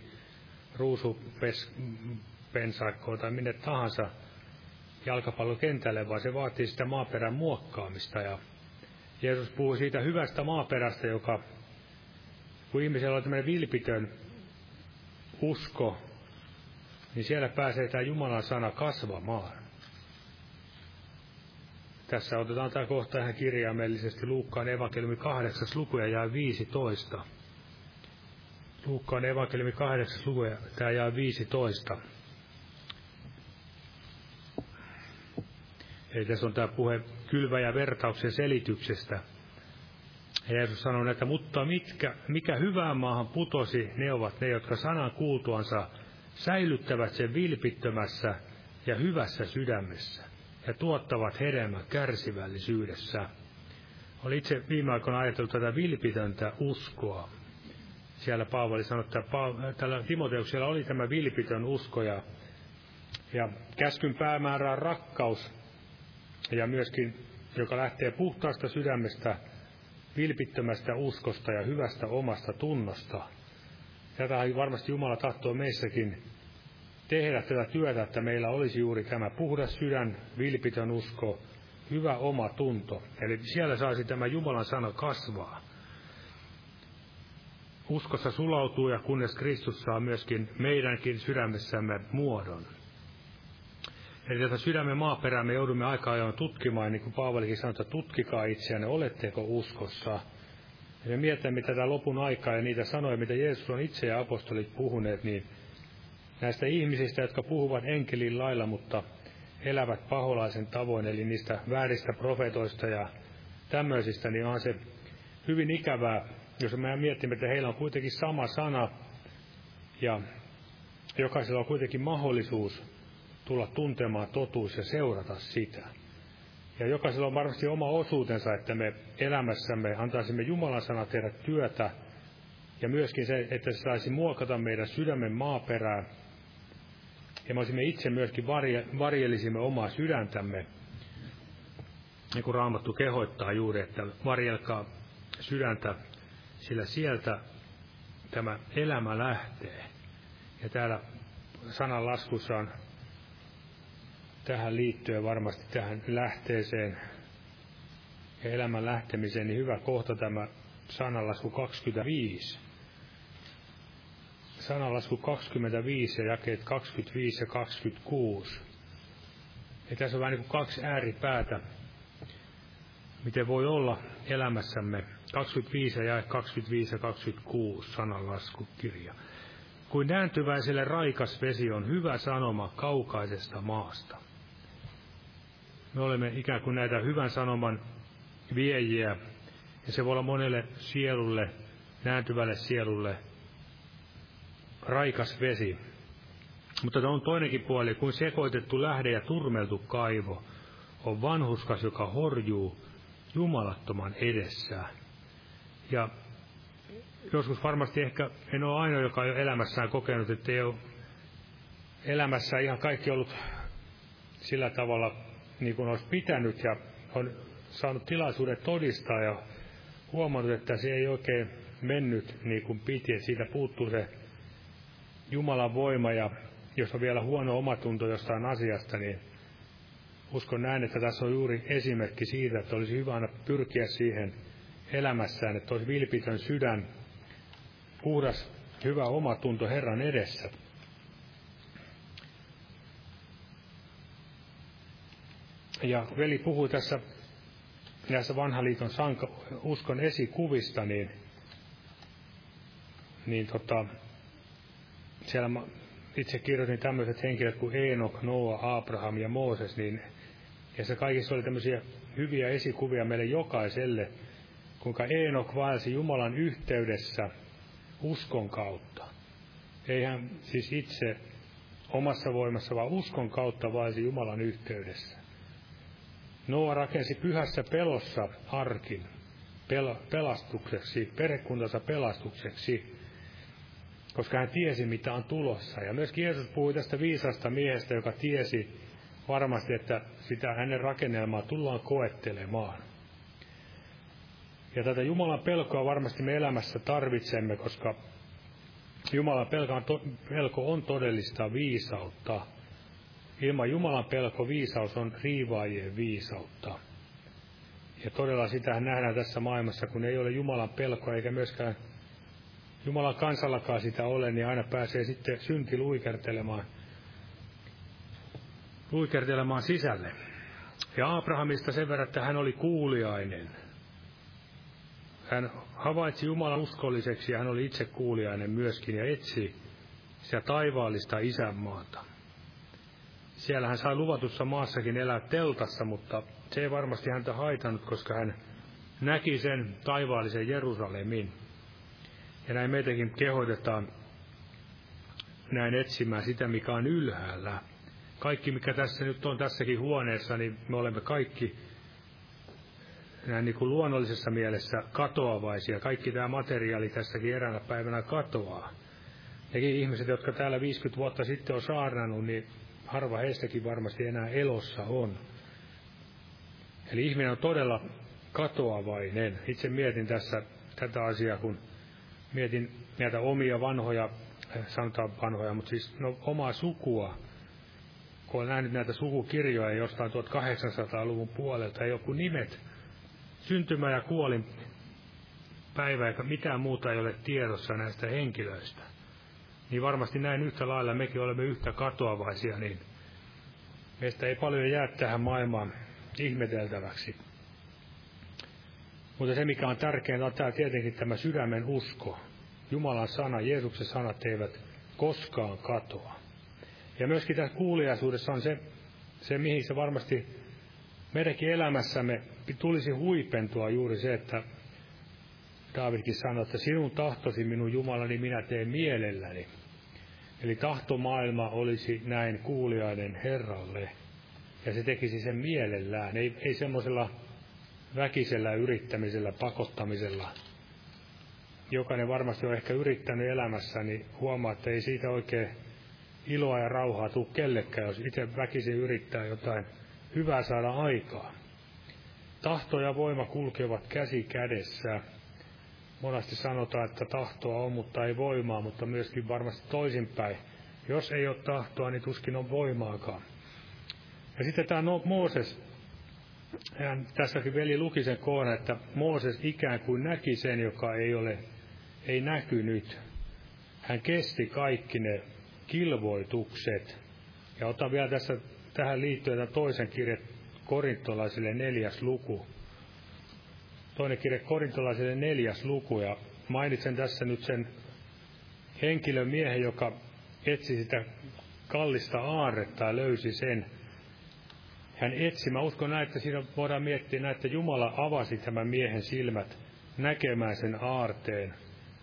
ruusupensaikkoon tai minne tahansa jalkapallokentälle, vaan se vaatii sitä maaperän muokkaamista. Ja Jeesus puhuu siitä hyvästä maaperästä, joka, kun ihmisellä on tämmöinen vilpitön usko, niin siellä pääsee tämä Jumalan sana kasvamaan. Tässä otetaan tämä kohta ihan kirjaimellisesti Luukkaan evankeliumi 8. luku ja jae 15. Luukkaan evankeliumi 8. luku ja tämä jae 15. Eli tässä on tämä puhe kylväjän vertauksen selityksestä. Ja Jeesus sanoi, että mutta mikä hyvään maahan putosi, ne ovat ne, jotka sanan kuultuansa säilyttävät sen vilpittömässä ja hyvässä sydämessä ja tuottavat hedelmän kärsivällisyydessä. Olen itse viime aikoina ajatellut tätä vilpitöntä uskoa. Siellä Paavali sanoi, että tällä Timoteuksella oli tämä vilpitön usko ja käskyn päämäärä on rakkaus ja myöskin, joka lähtee puhtaasta sydämestä, vilpittömästä uskosta ja hyvästä omasta tunnosta. Tätä varmasti Jumala tahtoo meissäkin tehdä tätä työtä, että meillä olisi juuri tämä puhdas sydän, vilpitön usko, hyvä oma tunto. Eli siellä saisi tämä Jumalan sana kasvaa. Uskossa sulautuu ja kunnes Kristus saa myöskin meidänkin sydämessämme muodon. Eli tätä sydämen maaperää me joudumme aika ajoin tutkimaan, niin kuin Paavalikin sanoi, että tutkikaa itseänne, oletteko uskossa. Ja me mietimme tätä lopun aikaa ja niitä sanoja, mitä Jeesus on itse ja apostolit puhuneet, niin näistä ihmisistä, jotka puhuvat enkelin lailla, mutta elävät paholaisen tavoin, eli niistä vääristä profetoista ja tämmöisistä, niin on se hyvin ikävää, jos me mietimme, että heillä on kuitenkin sama sana, ja jokaisella on kuitenkin mahdollisuus tulla tuntemaan totuus ja seurata sitä. Ja jokaisella on varmasti oma osuutensa, että me elämässämme antaisimme Jumalan sana tehdä työtä, ja myöskin se, että se saisi muokata meidän sydämen maaperää, ja me olisimme itse myöskin varjelisimme omaa sydäntämme, niin kuin Raamattu kehottaa juuri, että varjelkaa sydäntä, sillä sieltä tämä elämä lähtee. Ja täällä sananlaskussa on tähän liittyen varmasti tähän lähteeseen ja elämän lähtemiseen, niin hyvä kohta tämä sananlasku 25. Sananlasku 25 ja jakeet 25 ja 26. Ja tässä on vähän niin kuin kaksi ääripäätä, miten voi olla elämässämme. 25 ja jae 25 ja 26 sananlaskukirja. Kuin nääntyväiselle raikas vesi on hyvä sanoma kaukaisesta maasta. Me olemme ikään kuin näitä hyvän sanoman viejiä, ja se voi olla monelle sielulle, nääntyvälle sielulle, raikas vesi. Mutta on toinenkin puoli, kuin sekoitettu lähde ja turmeltu kaivo, on vanhurskas, joka horjuu jumalattoman edessään. Ja joskus varmasti ehkä en ole ainoa, joka on jo elämässään kokenut, että ei ole elämässä ihan kaikki ollut sillä tavalla, niin kuin olisi pitänyt, ja on saanut tilaisuuden todistaa ja huomannut, että se ei oikein mennyt niin kuin piti, että siitä puuttuu se Jumalan voima, ja jos on vielä huono omatunto jostain asiasta, niin uskon näin, että tässä on juuri esimerkki siitä, että olisi hyvä aina pyrkiä siihen elämässään, että olisi vilpitön sydän, puhdas, hyvä omatunto Herran edessä. Ja veli puhui tässä näissä vanhan liiton uskon esikuvista, siellä itse kirjoitin tämmöiset henkilöt kuin Eenok, Noa, Abraham ja Mooses, ja se kaikissa oli tämmöisiä hyviä esikuvia meille jokaiselle, kuinka Eenok vaelsi Jumalan yhteydessä uskon kautta. Ei hän siis itse omassa voimassa, vaan uskon kautta vaelsi Jumalan yhteydessä. Noa rakensi pyhässä pelossa arkin pelastukseksi, perhekuntansa pelastukseksi, koska hän tiesi, mitä on tulossa. Ja myöskin Jeesus puhui tästä viisasta miehestä, joka tiesi varmasti, että sitä hänen rakennelmaa tullaan koettelemaan. Ja tätä Jumalan pelkoa varmasti me elämässä tarvitsemme, koska Jumalan pelko on todellista viisautta. Ilman Jumalan pelko viisaus on riivaajien viisautta. Ja todella sitähän nähdään tässä maailmassa, kun ei ole Jumalan pelkoa eikä myöskään Jumalan kansallakaan sitä ole, niin aina pääsee sitten synti luikertelemaan sisälle. Ja Abrahamista sen verran, että hän oli kuuliainen. Hän havaitsi Jumalan uskolliseksi ja hän oli itse kuuliainen myöskin ja etsi sitä taivaallista isänmaata. Siellä hän sai luvatussa maassakin elää teltassa, mutta se ei varmasti häntä haitannut, koska hän näki sen taivaallisen Jerusalemin. Ja näin meitäkin kehotetaan näin etsimään sitä, mikä on ylhäällä. Kaikki, mikä tässä nyt on tässäkin huoneessa, niin me olemme kaikki näin niin kuin luonnollisessa mielessä katoavaisia. Kaikki tämä materiaali tässäkin eräänä päivänä katoaa. Nekin ihmiset, jotka täällä 50 vuotta sitten on saarnannut, niin harva heistäkin varmasti enää elossa on. Eli ihminen on todella katoavainen. Itse mietin tässä tätä asiaa, kun mietin näitä omia vanhoja, sanotaan vanhoja, mutta siis omaa sukua. Kun olen nähnyt näitä sukukirjoja jostain 1800-luvun puolelta, ei joku nimet, syntymä- ja kuolinpäivä eikä mitään muuta ei ole tiedossa näistä henkilöistä. Niin varmasti näin yhtä lailla mekin olemme yhtä katoavaisia, niin meistä ei paljon jää tähän maailmaan ihmeteltäväksi. Mutta se, mikä on tärkeintä, on täällä tietenkin tämä sydämen usko. Jumalan sana, Jeesuksen sanat eivät koskaan katoa. Ja myöskin tässä kuuliaisuudessa on se mihin se varmasti meidänkin elämässämme tulisi huipentua juuri se, että Daavidkin sanoi, että sinun tahtosi minun Jumalani minä teen mielelläni. Eli tahtomaailma olisi näin kuuliainen Herralle, ja se tekisi sen mielellään, ei semmoisella väkisellä yrittämisellä, pakottamisella. Jokainen varmasti on ehkä yrittänyt elämässä, niin huomaa, että ei siitä oikein iloa ja rauhaa tule kellekään, jos itse väkisin yrittää jotain hyvää saada aikaa. Tahto ja voima kulkevat käsi kädessä. Monasti sanotaan, että tahtoa on, mutta ei voimaa, mutta myöskin varmasti toisinpäin. Jos ei ole tahtoa, niin tuskin on voimaakaan. Ja sitten tämä Mooses, tässäkin veli luki sen koon, että Mooses ikään kuin näki sen, joka ei näkynyt. Hän kesti kaikki ne kilvoitukset. Ja otan vielä tähän liittyen tämän toisen kirjan korintolaisille 4. luku. Toinen kirja korintolaisille 4. luku, ja mainitsen tässä nyt sen henkilön miehen, joka etsi sitä kallista aarretta ja löysi sen. Hän etsi, mä uskon näin, että siinä voidaan miettiä näin, että Jumala avasi tämän miehen silmät näkemään sen aarteen.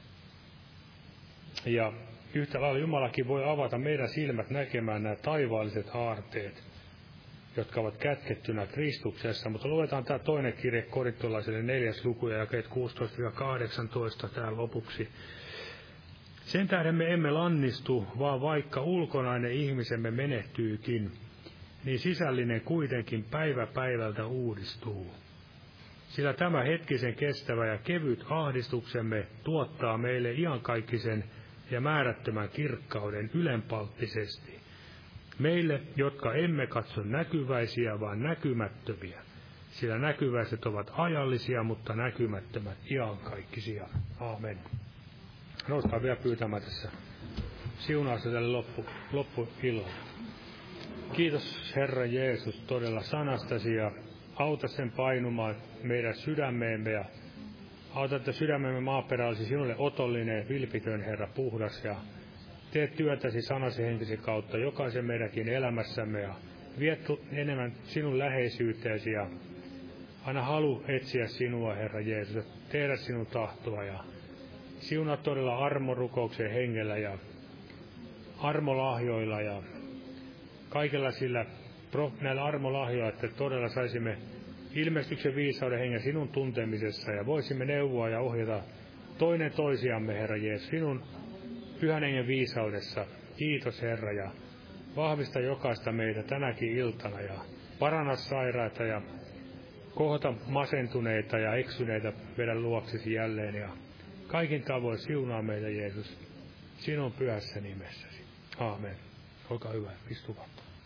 Ja yhtä lailla Jumalakin voi avata meidän silmät näkemään nämä taivaalliset aarteet, jotka ovat kätkettynä Kristuksessa. Mutta luetaan tämä toinen kirje korintolaisille 4. luku ja jakeet 16-18 täällä lopuksi. Sen tähden me emme lannistu, vaan vaikka ulkonainen ihmisemme menehtyykin, niin sisällinen kuitenkin päivä päivältä uudistuu. Sillä tämä hetkisen kestävä ja kevyt ahdistuksemme tuottaa meille iankaikkisen ja määrättömän kirkkauden ylenpalttisesti. Meille, jotka emme katso näkyväisiä, vaan näkymättömiä. Sillä näkyväiset ovat ajallisia, mutta näkymättömät iankaikkisia. Aamen. Noustaan vielä pyytämään tässä siunausta tälle loppuillalle. Kiitos Herra Jeesus todella sanastasi ja auta sen painumaan meidän sydämeemme ja auta, että sydämemme maaperä olisi sinulle otollinen, vilpitön Herra, puhdas ja tee työtäsi sanasi henkisi kautta jokaisen meidänkin elämässämme ja vie enemmän sinun läheisyyteesi ja anna halu etsiä sinua, Herra Jeesus, ja tehdä sinun tahtoa ja siunaa todella armorukouksen hengellä ja armolahjoilla ja kaikella sillä näillä armolahjoilla, että todella saisimme ilmestyksen viisauden hengen sinun tuntemisessa ja voisimme neuvoa ja ohjata toinen toisiamme, Herra Jeesus, sinun pyhän hengen viisaudessa. Kiitos, Herra, ja vahvista jokaista meitä tänäkin iltana ja paranna sairaita ja kohota masentuneita ja eksyneitä meidän luoksesi jälleen ja kaikin tavoin siunaa meitä, Jeesus, sinun pyhässä nimessäsi. Aamen. Olkaa hyvä, istukaa.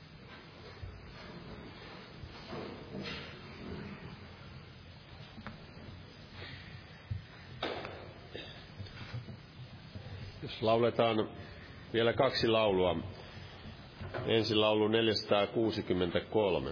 Jos lauletaan vielä 2 laulua. Ensin laulu 463.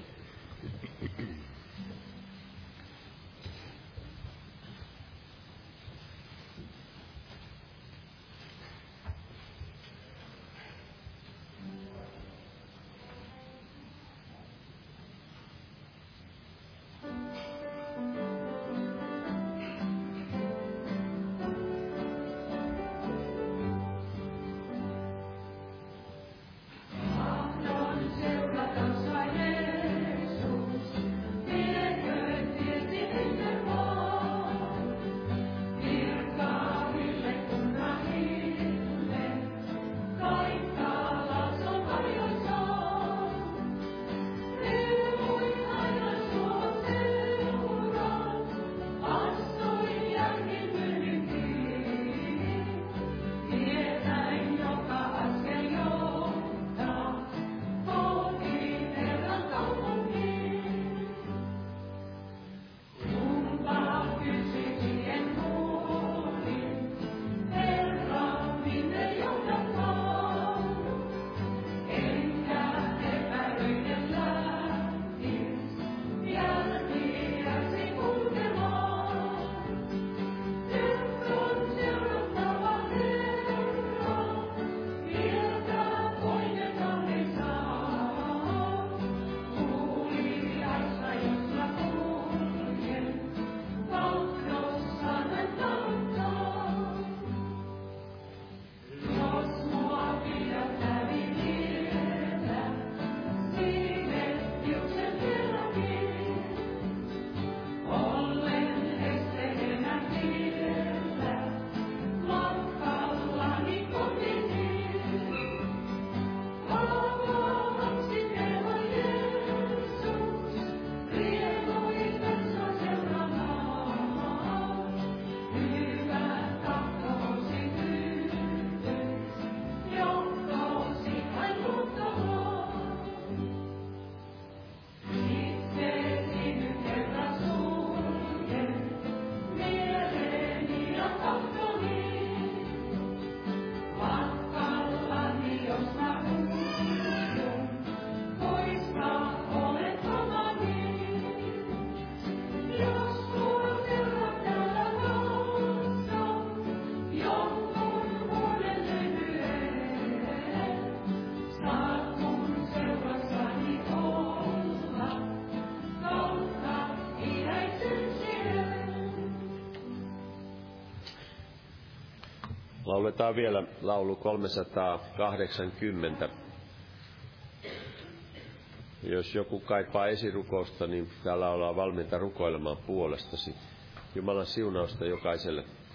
Seurata sai Lauletaan vielä laulu 380. Jos joku kaipaa esirukousta, niin täällä ollaan valmiita rukoilemaan puolestasi. Jumalan siunausta jokaiselle.